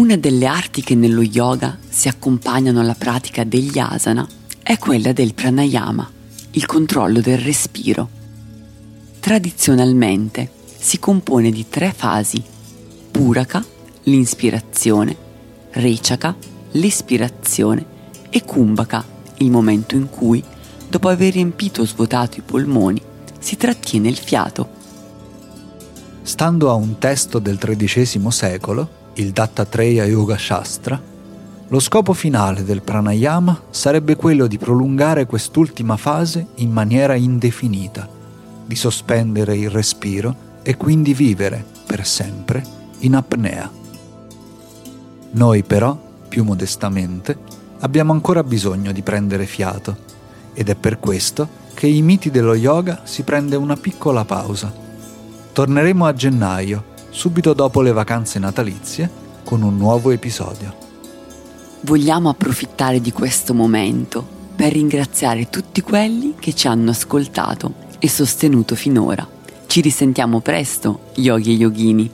Una delle arti che nello yoga si accompagnano alla pratica degli asana è quella del pranayama, il controllo del respiro. Tradizionalmente si compone di 3 fasi: puraka, l'inspirazione, rechaka, l'espirazione e kumbhaka, il momento in cui, dopo aver riempito o svuotato i polmoni, si trattiene il fiato. Stando a un testo del XIII secolo, il Dattatreya Yoga Shastra, lo scopo finale del pranayama sarebbe quello di prolungare quest'ultima fase in maniera indefinita, di sospendere il respiro e quindi vivere, per sempre, in apnea. Noi però, più modestamente, abbiamo ancora bisogno di prendere fiato, ed è per questo che i miti dello yoga si prende una piccola pausa. Torneremo a gennaio, subito dopo le vacanze natalizie, con un nuovo episodio. Vogliamo approfittare di questo momento per ringraziare tutti quelli che ci hanno ascoltato e sostenuto finora. Ci risentiamo presto, yogi e yogini.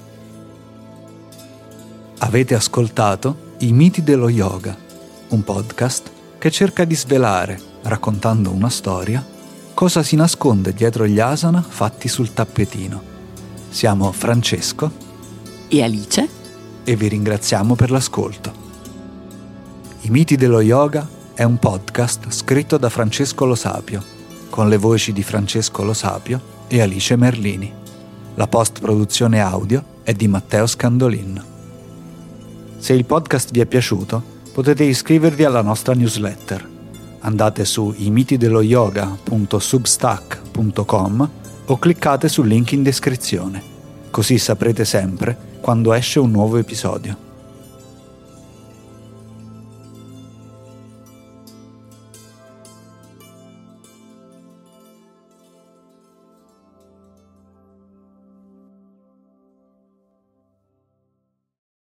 Avete ascoltato I miti dello yoga, un podcast che cerca di svelare, raccontando una storia, cosa si nasconde dietro gli asana fatti sul tappetino. Siamo Francesco e Alice e vi ringraziamo per l'ascolto. I miti dello yoga è un podcast scritto da Francesco Lo Sapio, con le voci di Francesco Lo Sapio e Alice Merlini. La post-produzione audio è di Matteo Scandolin. Se il podcast vi è piaciuto, potete iscrivervi alla nostra newsletter. Andate su imitidelloyoga.substack.com o cliccate sul link in descrizione, così saprete sempre quando esce un nuovo episodio.